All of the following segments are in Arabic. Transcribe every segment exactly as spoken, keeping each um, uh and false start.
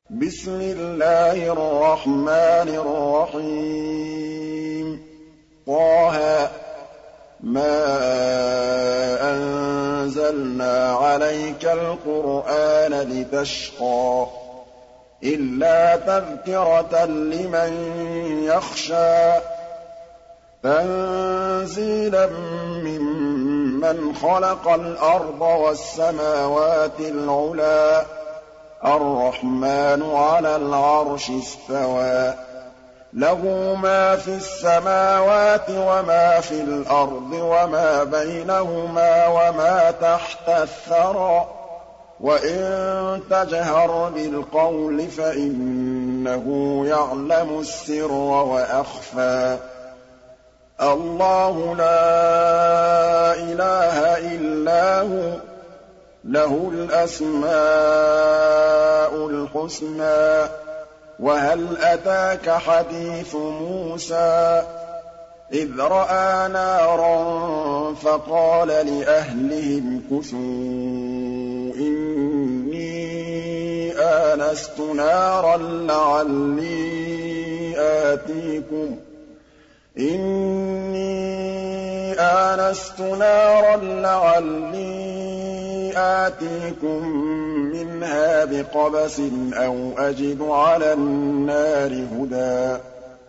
بسم الله الرحمن الرحيم طه ما أنزلنا عليك القرآن لتشقى إلا تذكرة لمن يخشى تنزيلا ممن خلق الأرض والسماوات العلى الرحمن على العرش استوى له ما في السماوات وما في الأرض وما بينهما وما تحت الثرى وإن تجهر بالقول فإنه يعلم السر وأخفى الله لا إله إلا هو له الأسماء الحسنى وهل أتاك حديث موسى إذ رأى نارا فقال لأهلهم كثوا إني آنست نارا لعلي آتيكم إني آنست نارا لعلي آتيكم منها بقبس أو أجد على النار هدى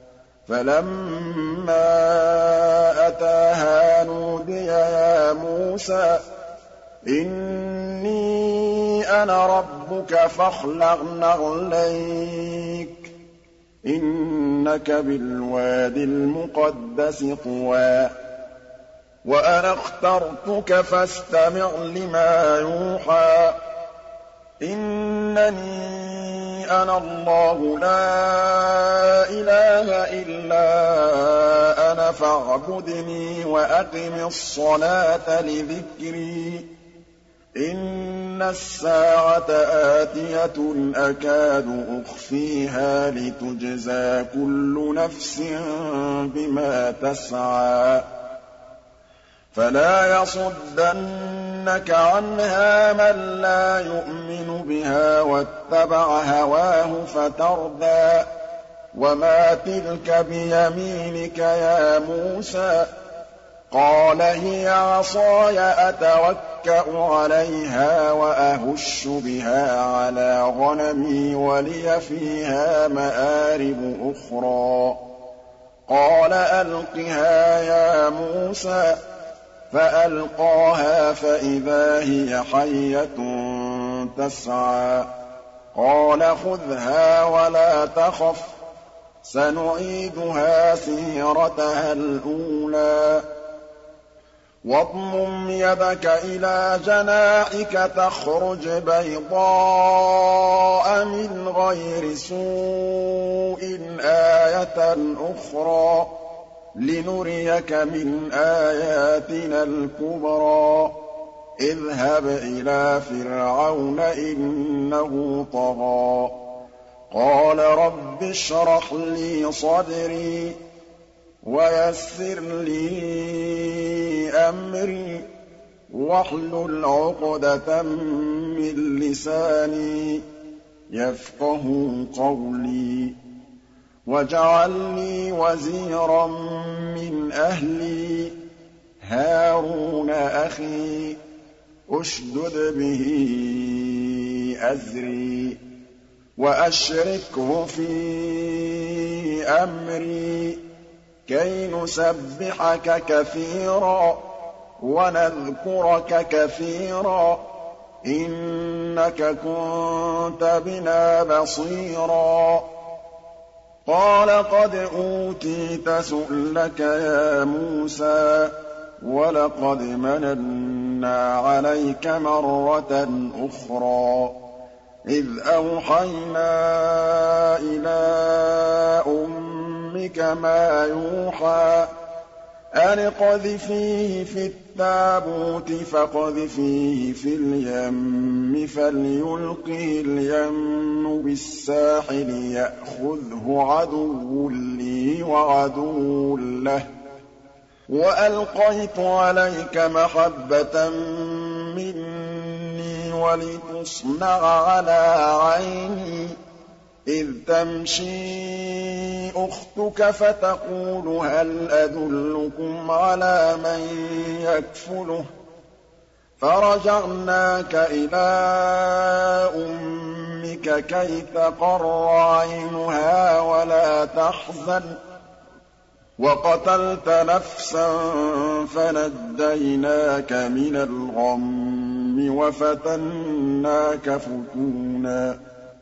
فلما أتاها نودي يا موسى إني أنا ربك فاخلع نعليك إنك بالوادي المقدس طوى وأنا اخترتك فاستمع لما يوحى إنني أنا الله لا إله إلا أنا فاعبدني وأقم الصلاة لذكري إن الساعة آتية أكاد أخفيها لتجزى كل نفس بما تسعى فلا يصدنك عنها من لا يؤمن بها واتبع هواه فتردى وما تلك بيمينك يا موسى قال هي عصاي أتوكأ عليها وأهش بها على غنمي ولي فيها مآرب أخرى قال ألقها يا موسى فألقاها فإذا هي حية تسعى قال خذها ولا تخف سنعيدها سيرتها الأولى واضمم يدك إلى جناحك تخرج بيضاء من غير سوء آية أخرى لنريك من آياتنا الكبرى اذهب إلى فرعون إنه طغى قال رب اشرح لي صدري ويسر لي أمري واحلل عقدة من لساني يفقه قولي واجعل لي وزيرا من أهلي هارون أخي أشدد به أزري وأشركه في أمري كي نسبحك كثيرا ونذكرك كثيرا إنك كنت بنا بصيرا قال قد أوتيت سؤلك يا موسى ولقد مننا عليك مرة أخرى إذ أوحينا إلى أمك ما يوحى أن اقذفيه في التابوت فاقذفيه في اليم فليلقه اليم بالساحل يأخذه عدو لي وعدو له وألقيت عليك محبة مني ولتصنع على عيني تمشي أختك فتقول هل أدلكم على من يكفله فرجعناك إلى أمك كي تقر عينها ولا تحزن وقتلت نفسا فنجيناك من الغم وفتناك فتونا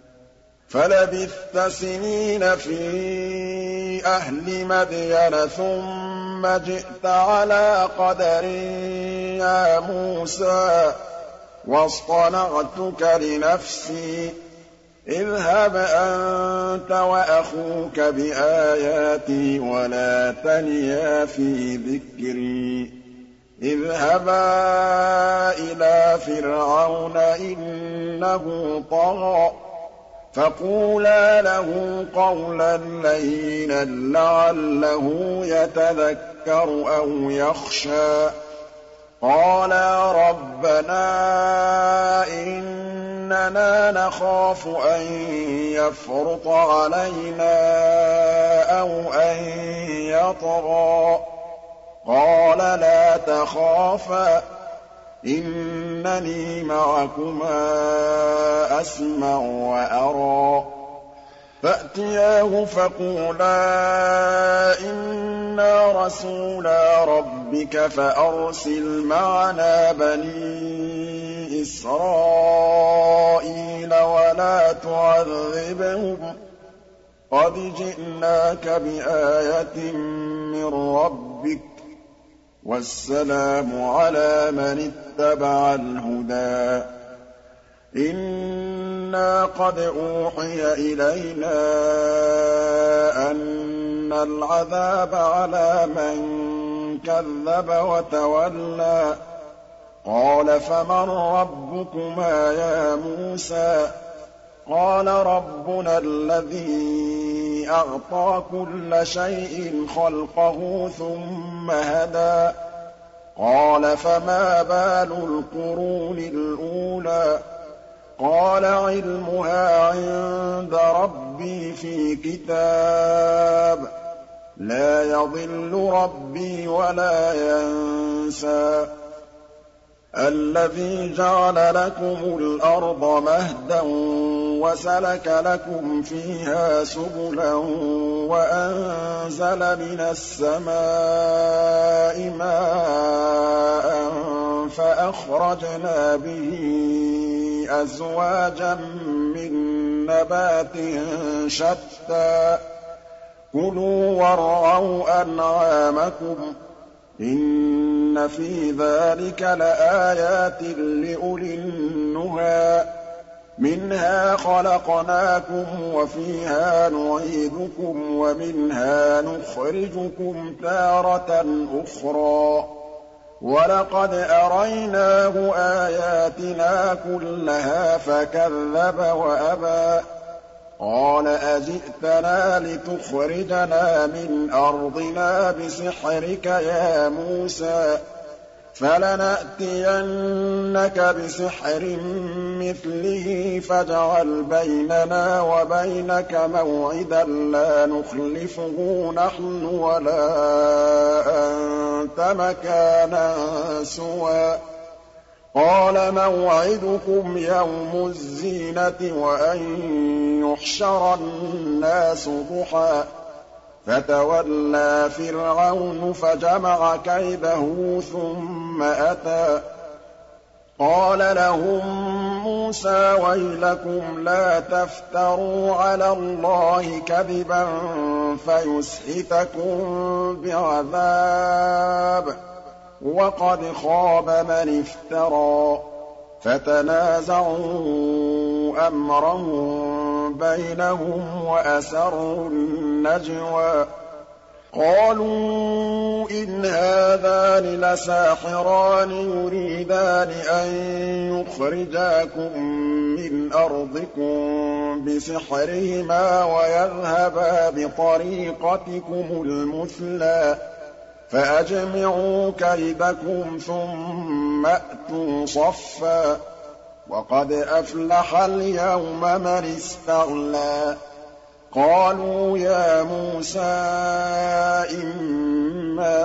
فلبثت سنين في أهل مدين ثم جئت على قدر يا موسى واصطنعتك لنفسي اذهب أنت وأخوك بآياتي ولا تنيا في ذكري اذهبا إلى فرعون إنه طغى فقولا له قولا لينا لعله يتذكر أو يخشى قالا ربنا إننا نخاف أن يفرط علينا أو أن يطغى قال لا تخافا إنني معكما أسمع وأرى فأتياه فقولا إنا رسولا ربك فأرسل معنا بني إسرائيل ولا تعذبهم قد جئناك بآية من ربك والسلام على من اتبع الهدى إنا قد أوحي إلينا أن العذاب على من كذب وتولى قال فمن ربكما يا موسى قال ربنا الذي أعطى كل شيء خلقه ثم هدى قال فما بال القرون الأولى قال علمها عند ربي في كتاب لا يضل ربي ولا ينسى الذي جعل لكم الأرض مهدا وسلك لكم فيها سبلا وأنزل من السماء ماء فأخرجنا به أزواجا من نبات شتى كلوا وارعوا أنعامكم إن في ذلك لآيات لأولي النهى منها خلقناكم وفيها نعيدكم ومنها نخرجكم تارة أخرى ولقد أريناه آياتنا كلها فكذب وأبى قال أجئتنا لتخرجنا من أرضنا بسحرك يا موسى فلنأتينك بسحر مثله فاجعل بيننا وبينك موعدا لا نخلفه نحن ولا أنت مكانا سوى قال موعدكم يوم الزينة وأن يحشر الناس ضحى فتولى فرعون فجمع كيده ثم أتى قال لهم موسى ويلكم لا تفتروا على الله كذبا فيسحتكم بعذاب وقد خاب من افترى فتنازعوا أمرهم بينهم وأسروا النجوى قالوا إن هذان لساحران يريدان أن يخرجاكم من أرضكم بسحرهما ويذهبا بطريقتكم المثلى فأجمعوا كيدكم ثم أتوا صفا وقد أفلح اليوم من استعلى قَالُوا يَا مُوسَىٰ إِمَّا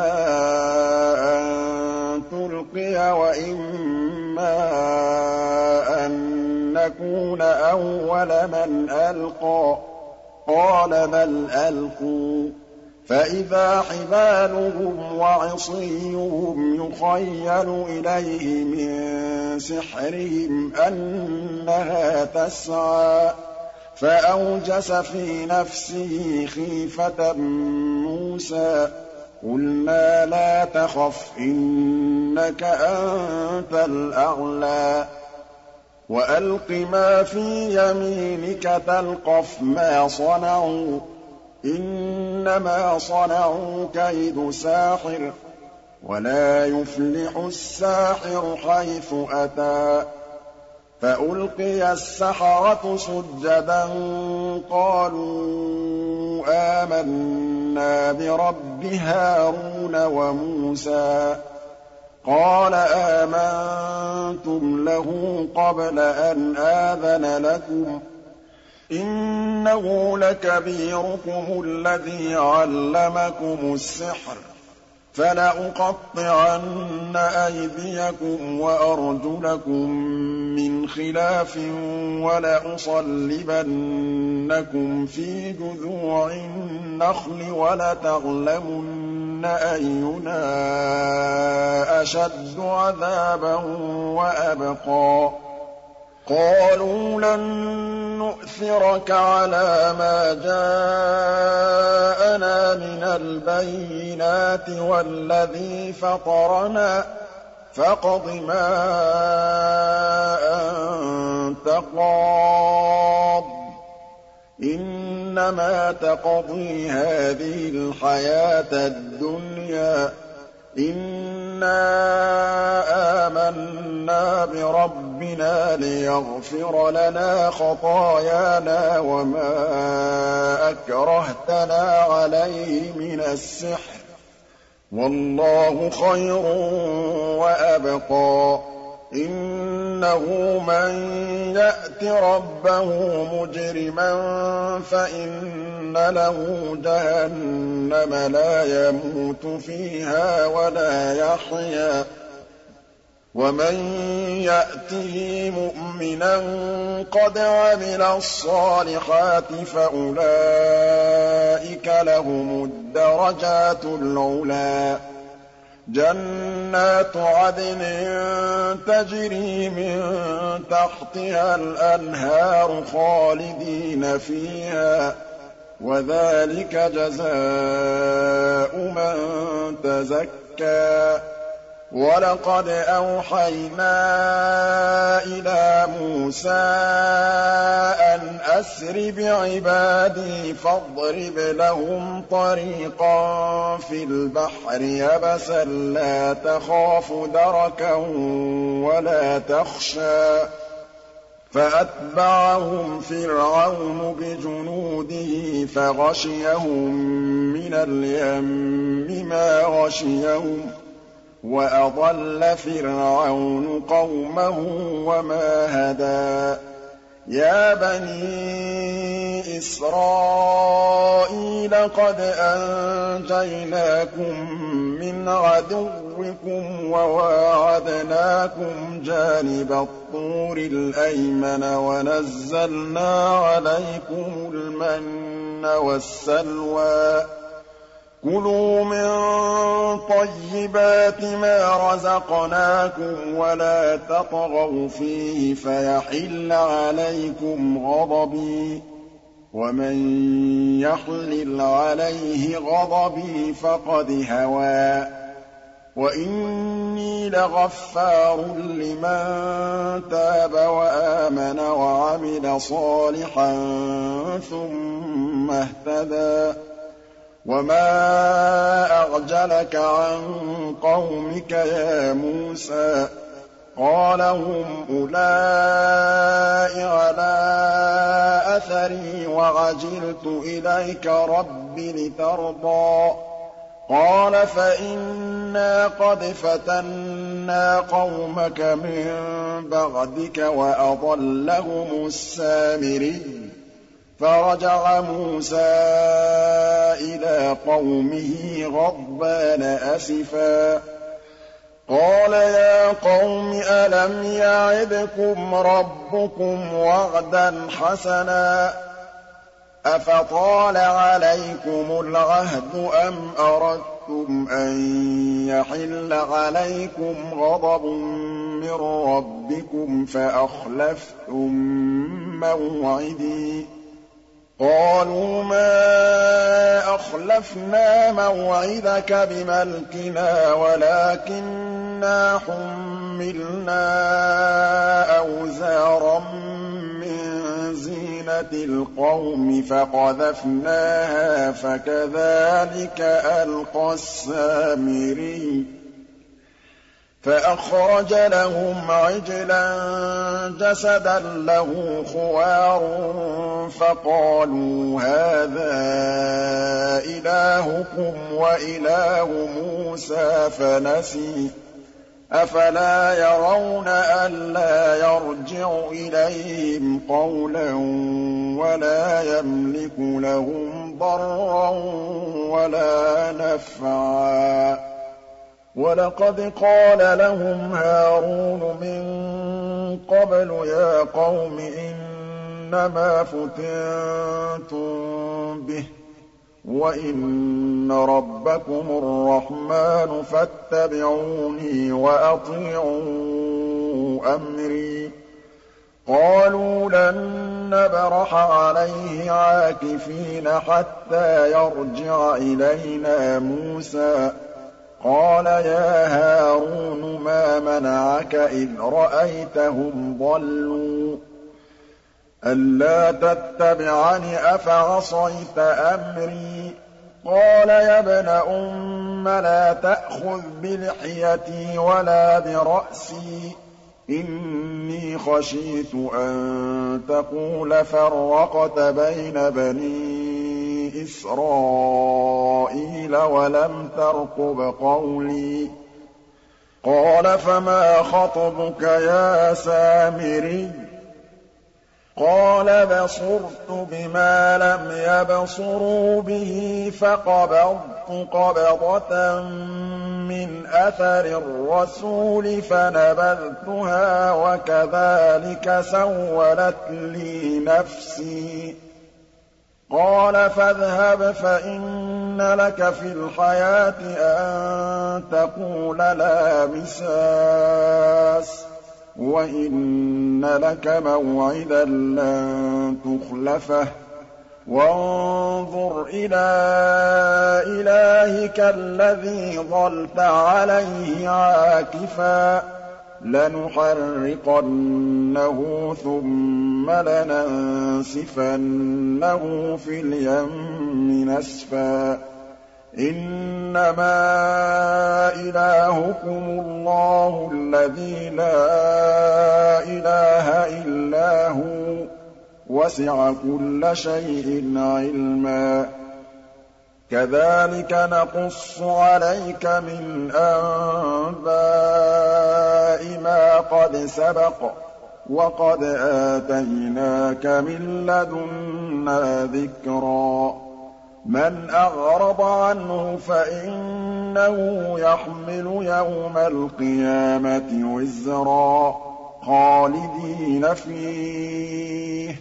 أَن تُلْقِيَ وَإِمَّا أَن نَّكُونَ أَوَّلَ مَنْ أَلْقَىٰ ۖ قَالَ بَلْ أَلْقُوا ۖ فَإِذَا حِبَالُهُمْ وَعِصِيُّهُمْ يُخَيَّلُ إِلَيْهِ مِن سِحْرِهِمْ أَنَّهَا تَسْعَىٰ فَأَوْجَسَ فِي نَفْسِهِ خِيفَةً مُّوسَىٰ قُلْنَا لَا تَخَفْ إِنَّكَ أَنتَ الْأَعْلَىٰ وَأَلْقِ مَا فِي يَمِينِكَ تَلْقَفْ مَا صَنَعُوا إِنَّمَا صَنَعُوا كَيْدُ سَاحِرٍ وَلَا يُفْلِحُ السَّاحِرُ حَيْثُ أَتَىٰ فَأُلْقِيَ السَّحَرَةُ سُجَّدًا قَالُوا آمَنَّا بِرَبِّ هَارُونَ وَمُوسَىٰ قَالَ آمَنتُمْ لَهُ قَبْلَ أَنْ آذَنَ لَكُمْ ۖ إِنَّهُ لَكَبِيرُكُمُ الَّذِي عَلَّمَكُمُ السِّحْرَ فَلَأُقَطِّعَنَّ أَيْدِيَكُمْ وَأَرْجُلَكُم مِّنْ خِلَافٍ وَلَأُصَلِّبَنَّكُمْ فِي جُذُوعِ النَّخْلِ وَلَتَعْلَمُنَّ أَيُّنَا أَشَدُّ عَذَابًا وَأَبْقَىٰ قَالُوا لَن نُّؤْثِرَكَ عَلَىٰ مَا جَاءَنَا مِنَ الْبَيِّنَاتِ وَالَّذِي فَطَرَنَا فَاقْضِ مَا أَنتَ قَاضٍ ۖ إِنَّمَا تَقْضِي هَٰذِهِ الْحَيَاةَ الدُّنْيَا ۖ إِنَّا آمَنَّا بِرَبِّنَا لِيَغْفِرَ لَنَا خَطَايَانَا وَمَا أَكْرَهْتَنَا عَلَيْهِ مِنَ السِّحْرِ ۗ وَاللَّهُ خَيْرٌ وَأَبْقَىٰ إِنَّهُ مَن يَأْتِ رَبَّهُ مُجْرِمًا فَإِنَّ لَهُ جَهَنَّمَ لَا يَمُوتُ فِيهَا وَلَا يَحْيَىٰ وَمَن يَأْتِهِ مُؤْمِنًا قَدْ عَمِلَ الصَّالِحَاتِ فَأُولَٰئِكَ لَهُمُ الدَّرَجَاتُ الْعُلَىٰ جَنَّاتُ عَدْنٍ تَجْرِي مِن تَحْتِهَا الْأَنْهَارُ خَالِدِينَ فِيهَا ۚ وَذَٰلِكَ جَزَاءُ مَن تَزَكَّىٰ وَلَقَدْ أَوْحَيْنَا إِلَىٰ مُوسَىٰ أَنْ أَسْرِ بِعِبَادِي فَاضْرِبْ لَهُمْ طَرِيقًا فِي الْبَحْرِ يَبَسًا لَّا تَخَافُ دَرَكًا وَلَا تَخْشَىٰ فَأَتْبَعَهُمْ فِرْعَوْنُ بِجُنُودِهِ فَغَشِيَهُم مِّنَ الْيَمِّ مَا غَشِيَهُمْ ۚ وَأَضَلَّ فِرْعَوْنُ قَوْمَهُ وَمَا هَدَىٰ يَا بَنِي إِسْرَائِيلَ قَدْ أَنجَيْنَاكُم مِّنْ عَدُوِّكُمْ وَوَاعَدْنَاكُمْ جَانِبَ الطُّورِ الْأَيْمَنَ وَنَزَّلْنَا عَلَيْكُمُ الْمَنَّ وَالسَّلْوَىٰ كُلُوا مِن طَيِّبَاتِ مَا رَزَقْنَاكُمْ وَلَا تَطْغَوْا فِيهِ فَيَحِلَّ عَلَيْكُمْ غَضَبِي ۖ وَمَن يَحْلِلْ عَلَيْهِ غَضَبِي فَقَدْ هَوَىٰ وَإِنِّي لَغَفَّارٌ لِّمَن تَابَ وَآمَنَ وَعَمِلَ صَالِحًا ثُمَّ اهْتَدَىٰ وَمَا أَعْجَلَكَ عَن قَوْمِكَ يَا مُوسَىٰ قَالَ هُمْ أُولَاءِ عَلَىٰ أَثَرِي وَعَجِلْتُ إِلَيْكَ رَبِّ لِتَرْضَىٰ قَالَ فَإِنَّا قَدْ فَتَنَّا قَوْمَكَ مِن بَعْدِكَ وَأَضَلَّهُمُ السَّامِرِيُّ فَرَجَعَ مُوسَىٰ إِلَىٰ قَوْمِهِ غَضْبَانَ أَسِفًا قَالَ يَا قَوْمِ أَلَمْ يَعِدْكُمْ رَبُّكُمْ وَعْدًا حَسَنًا أَفَطَالَ عَلَيْكُمُ الْعَهْدُ أَمْ أَرَدتُّمْ أَن يَحِلَّ عَلَيْكُمْ غَضَبٌ مِّن رَّبِّكُمْ فَأَخْلَفْتُم مَّوْعِدِي قَالُوا مَا أَخْلَفْنَا مَوْعِدَكَ بِمَلْكِنَا وَلَٰكِنَّا حُمِّلْنَا أَوْزَارًا مِّن زِينَةِ الْقَوْمِ فَقَذَفْنَاهَا فَكَذَٰلِكَ أَلْقَى السَّامِرِيُّ فَأَخْرَجَ لَهُمْ عِجْلًا جَسَدًا لَّهُ خُوَارٌ فَقَالُوا هَٰذَا إِلَٰهُكُمْ وَإِلَٰهُ مُوسَىٰ فَنَسِيَ أَفَلَا يَرَوْنَ أَلَّا يَرْجِعُ إِلَيْهِمْ قَوْلًا وَلَا يَمْلِكُ لَهُمْ ضَرًّا وَلَا نَفْعًا وَلَقَدْ قَالَ لَهُمْ هَارُونُ مِن قَبْلُ يَا قَوْمِ إِنَّمَا فُتِنتُم بِهِ وَإِنَّ رَبَّكُمُ الرَّحْمَٰنُ فَاتَّبِعُونِي وَأَطِيعُوا أَمْرِي قَالُوا لَن نَّبْرَحَ عَلَيْهِ عَاكِفِينَ حَتَّىٰ يَرْجِعَ إِلَيْنَا مُوسَىٰ قَالَ يَا هَارُونُ مَا مَنَعَكَ إِذْ رَأَيْتَهُمْ ضَلُّوا أَلَّا تَتَّبِعَنِ أَفَعَصَيْتَ أَمْرِي قَالَ يَا ابْنَ أُمَّ لَا تَأْخُذْ بِلِحْيَتِي وَلَا بِرَأْسِي إِنِّي خَشِيتُ أَن تَقُولَ فَرَّقْتَ بَيْنَ بَنِي إِسْرَائِيلَ وَلَمْ تَرْقُبْ قَوْلِي قَالَ فَمَا خَطْبُكَ يَا سَامِرِيُّ قَالَ بَصُرْتُ بِمَا لَمْ يَبْصُرُوا بِهِ فَقَبَضْتُ قَبْضَةً مِّنْ أَثَرِ الرَّسُولِ فَنَبَذْتُهَا وَكَذَٰلِكَ سَوَّلَتْ لِي نَفْسِي قَالَ فَاذْهَبْ فَإِنَّ لَكَ فِي الْحَيَاةِ أَن تَقُولَ لَا مِسَاسَ وَإِنَّ لَكَ مَوْعِدًا لَّن تُخْلَفَهُ وَانظُرْ إِلَىٰ إِلَٰهِكَ الَّذِي ظَلْتَ عَلَيْهِ عَاكِفًا لَّنُحَرِّقَنَّهُ ثُمَّ لَنَنسِفَنَّهُ فِي الْيَمِّ نَسْفًا إِنَّمَا إِلَٰهُكُمُ اللَّهُ الَّذِي لَا إِلَٰهَ إِلَّا هُوَ وَسِعَ كُلَّ شَيْءٍ عِلْمًا كَذَٰلِكَ نَقُصُّ عَلَيْكَ مِنْ أَنبَاءِ مَا قَدْ سَبَقَ وَقَدْ آتَيْنَاكَ مِن لَّدُنَّا ذِكْرًا مَّنْ أَعْرَضَ عَنْهُ فَإِنَّهُ يَحْمِلُ يَوْمَ الْقِيَامَةِ وِزْرًا خَالِدِينَ فِيهِ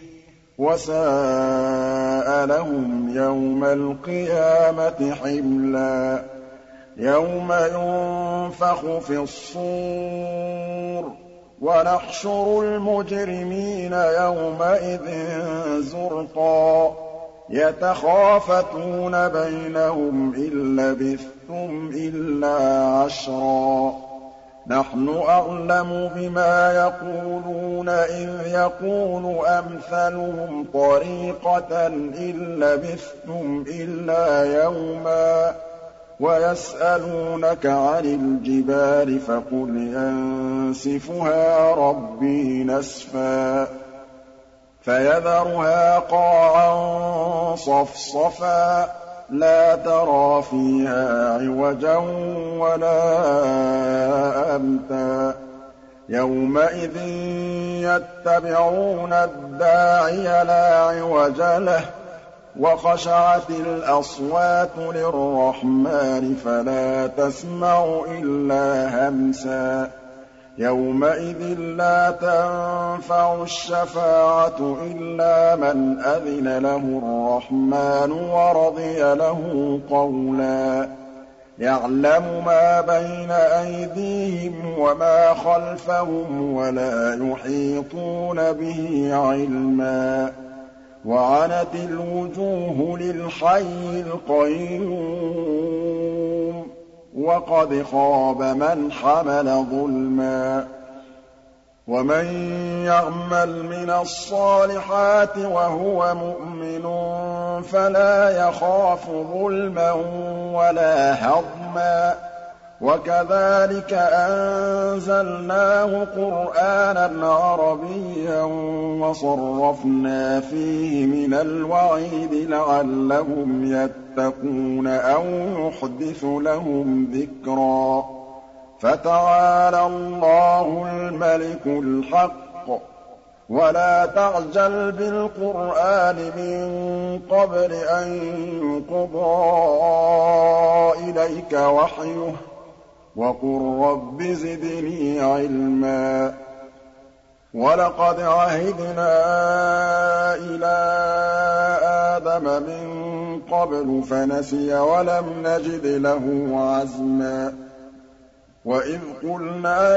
وَسَاءَ لَهُمْ يَوْمَ الْقِيَامَةِ حِمْلًا يَوْمَ يُنفَخُ فِي الصُّورِ وَنَحْشُرُ الْمُجْرِمِينَ يَوْمَئِذٍ زُرْقًا يَتَخَافَتُونَ بَيْنَهُمْ إِن لَّبِثْتُمْ إِلَّا عَشْرًا نَّحْنُ أَعْلَمُ بِمَا يَقُولُونَ إِذْ يَقُولُ أَمْثَلُهُمْ طَرِيقَةً إِن لَّبِثْتُمْ إِلَّا يَوْمًا وَيَسْأَلُونَكَ عَنِ الْجِبَالِ فَقُلْ يَنسِفُهَا رَبِّي نَسْفًا فَيَذَرُهَا قَاعًا صَفْصَفًا لَّا تَرَىٰ فِيهَا عِوَجًا وَلَا أَمْتًا يَوْمَئِذٍ يَتَّبِعُونَ الدَّاعِيَ لَا عِوَجَ لَهُ ۖ وَخَشَعَتِ الْأَصْوَاتُ لِلرَّحْمَٰنِ فَلَا تَسْمَعُ إِلَّا هَمْسًا. يَوْمَئِذٍ لَّا تَنفَعُ الشَّفَاعَةُ إِلَّا مَنْ أَذِنَ لَهُ الرَّحْمَٰنُ وَرَضِيَ لَهُ قَوْلًا. يَعْلَمُ مَا بَيْنَ أَيْدِيهِمْ وَمَا خَلْفَهُمْ وَلَا يُحِيطُونَ بِهِ عِلْمًا. وَعَنَتِ الْوُجُوهُ لِلْحَيِّ الْقَيُّومِ وَقَدْ خَابَ مَنْ حَمَلَ ظُلْمًا. وَمَن يَعْمَلْ مِنَ الصَّالِحَاتِ وَهُوَ مُؤْمِنٌ فَلَا يَخَافُ ظُلْمًا وَلَا هَضْمًا. وَكَذَٰلِكَ أَنزَلْنَاهُ قُرْآنًا عَرَبِيًّا وَصَرَّفْنَا فِيهِ مِنَ الْوَعِيدِ لَعَلَّهُمْ يَتَّقُونَ أَوْ يُحْدِثُ لَهُمْ ذِكْرًا. فَتَعَالَى اللَّهُ الْمَلِكُ الْحَقُّ. وَلَا تَعْجَلْ بِالْقُرْآنِ مِن قَبْلِ أَن يُقْضَىٰ إِلَيْكَ وَحْيُهُ ۖ وَقُل رَّبِّ زِدْنِي عِلْمًا. وَلَقَدْ عَهِدْنَا إِلَىٰ آدَمَ مِن قَبْلُ فَنَسِيَ وَلَمْ نَجِدْ لَهُ عَزْمًا. وَإِذْ قُلْنَا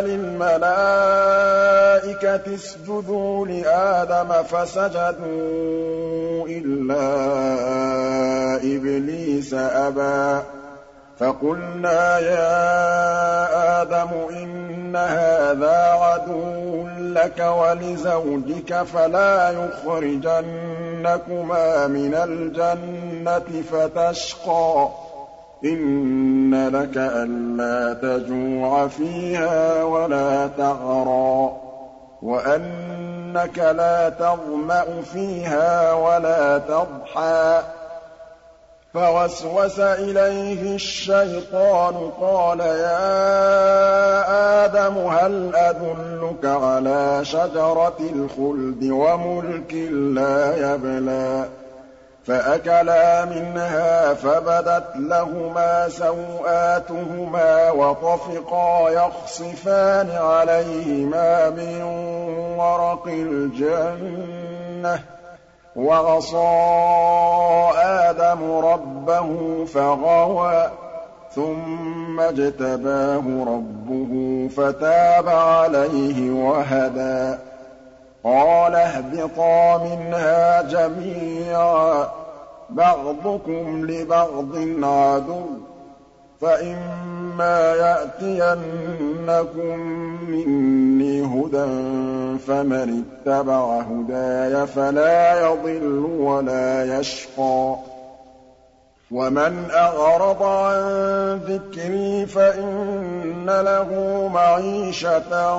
لِلْمَلَائِكَةِ اسْجُدُوا لِآدَمَ فَسَجَدُوا إِلَّا إِبْلِيسَ أَبَىٰ. فَقُلْنَا يَا آدَمُ إِنَّ هَٰذَا عَدُوٌّ لَّكَ وَلِزَوْجِكَ فَلَا يُخْرِجَنَّكُمَا مِنَ الْجَنَّةِ فَتَشْقَىٰ. إِنَّ لَكَ أَلَّا تَجُوعَ فِيهَا وَلَا تَعْرَىٰ وَأَنَّكَ لَا تَظْمَأُ فِيهَا وَلَا تَضْحَىٰ. فَوَسْوَسَ إِلَيْهِ الشَّيْطَانُ قَالَ يَا آدَمُ هَلْ أَدُلُّكَ عَلَىٰ شَجَرَةِ الْخُلْدِ وَمُلْكٍ لَّا يَبْلَىٰ. فَأَكَلَا مِنْهَا فَبَدَتْ لَهُمَا سَوْآتُهُمَا وَطَفِقَا يَخْصِفَانِ عَلَيْهِمَا مِن وَرَقِ الْجَنَّةِ ۖ وَعَصَىٰ آدَمُ رَبَّهُ فَغَوَىٰ. ثُمَّ اجْتَبَاهُ رَبُّهُ فَتَابَ عَلَيْهِ وَهَدَىٰ. قَالَ اهْبِطَا مِنْهَا جَمِيعًا ۖ بَعْضُكُمْ لِبَعْضٍ عَدُوٌّ ۖ فَإِمَّا يَأْتِيَنَّكُم مِّنِّي هُدًى فَمَنِ اتَّبَعَ هُدَايَ فَلَا يَضِلُّ وَلَا يَشْقَىٰ. وَمَنْ أَعْرَضَ عَن ذِكْرِي فَإِنَّ لَهُ مَعِيشَةً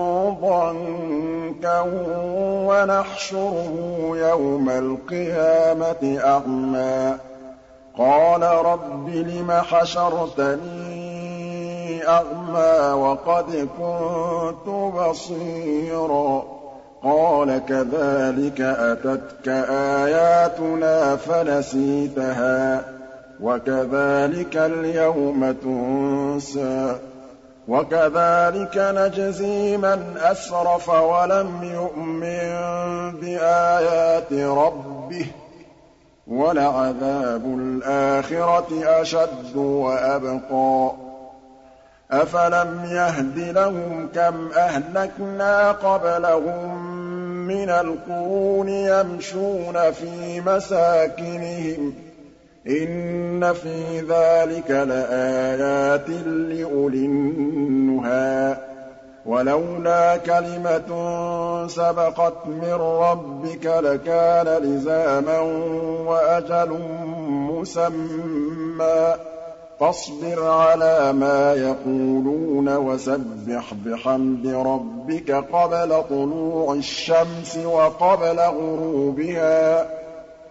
ضَنكًا وَنَحْشُرُهُ يَوْمَ الْقِيَامَةِ أَعْمَىٰ. قَالَ رَبِّ لِمَ حَشَرْتَنِي أَعْمَىٰ وَقَدْ كُنتُ بَصِيرًا. قَالَ كَذَٰلِكَ أَتَتْكَ آيَاتُنَا فَنَسِيتَهَا وَكَذَٰلِكَ الْيَوْمَ تُنسَىٰ. وَكَذَٰلِكَ نَجْزِي مَنْ أَسْرَفَ وَلَمْ يُؤْمِن بِآيَاتِ رَبِّهِ ۚ وَلَعَذَابُ الْآخِرَةِ أَشَدُّ وَأَبْقَىٰ. أَفَلَمْ يَهْدِ لَهُمْ كَمْ أَهْلَكْنَا قَبْلَهُم مِّنَ الْقُرُونِ يَمْشُونَ فِي مَسَاكِنِهِمْ ۗ إِنَّ فِي ذَٰلِكَ لَآيَاتٍ لِّأُولِي النُّهَىٰ. وَلَوْلَا كَلِمَةٌ سَبَقَتْ مِن رَّبِّكَ لَكَانَ لِزَامًا وَأَجَلٌ مُّسَمًّى. فاصبر على ما يقولون وسبح بحمد ربك قبل طلوع الشمس وقبل غروبها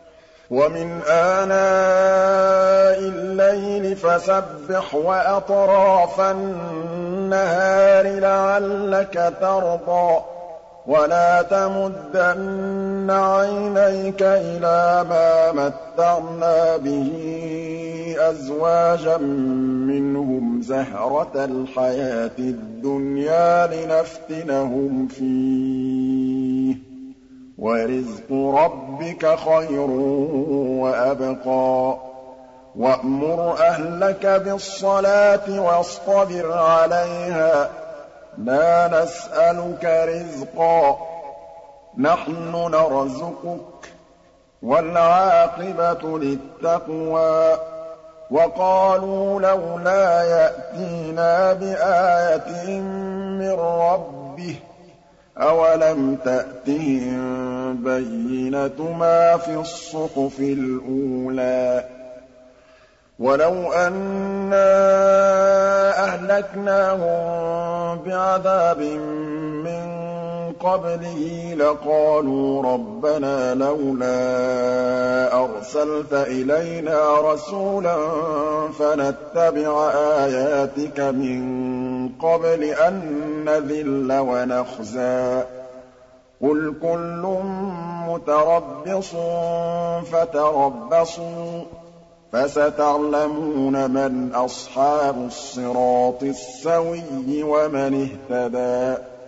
وَمِنْ آنَاءِ اللَّيْلِ فَسَبِّحْ وَأَطْرَافَ النَّهَارِ لَعَلَّكَ تَرْضَىٰ وَلَا تَمُدَّنَّ عَيْنَيْكَ إِلَىٰ مَا مَتَّعْنَا بِهِ أَزْوَاجًا مِّنْهُمْ زَهْرَةَ الْحَيَاةِ الدُّنْيَا لِنَفْتِنَهُمْ فِيهِ ۚ وَرِزْقُ رَبِّكَ خَيْرٌ وَأَبْقَىٰ وَأْمُرْ أَهْلَكَ بِالصَّلَاةِ وَاصْطَبِرْ عَلَيْهَا ۖ لَا نَسْأَلُكَ رِزْقًا ۖ نَّحْنُ نَرْزُقُكَ ۗ وَالْعَاقِبَةُ لِلتَّقْوَىٰ وَقَالُوا لَوْلَا يَأْتِينَا بِآيَةٍ مِّن رَّبِّهِ ۚ أَوَلَمْ تَأْتِهِم بَيِّنَةُ مَا فِي الصُّحُفِ الْأُولَىٰ وَلَوْ أَنَّا أَهْلَكْنَاهُم بِعَذَابٍ مِّن قَبْلِهِ لَقَالُوا رَبَّنَا لَوْلَا أَرْسَلْتَ إِلَيْنَا رَسُولًا فَنَتَّبِعَ آيَاتِكَ مِن قَبْلِ أَن نَّذِلَّ وَنَخْزَىٰ ۚ قُلْ كُلٌّ مُّتَرَبِّصٌ فَتَرَبَّصُوا ۖ فَسَتَعْلَمُونَ مَنْ أَصْحَابُ الصِّرَاطِ السَّوِيِّ وَمَنِ اهْتَدَىٰ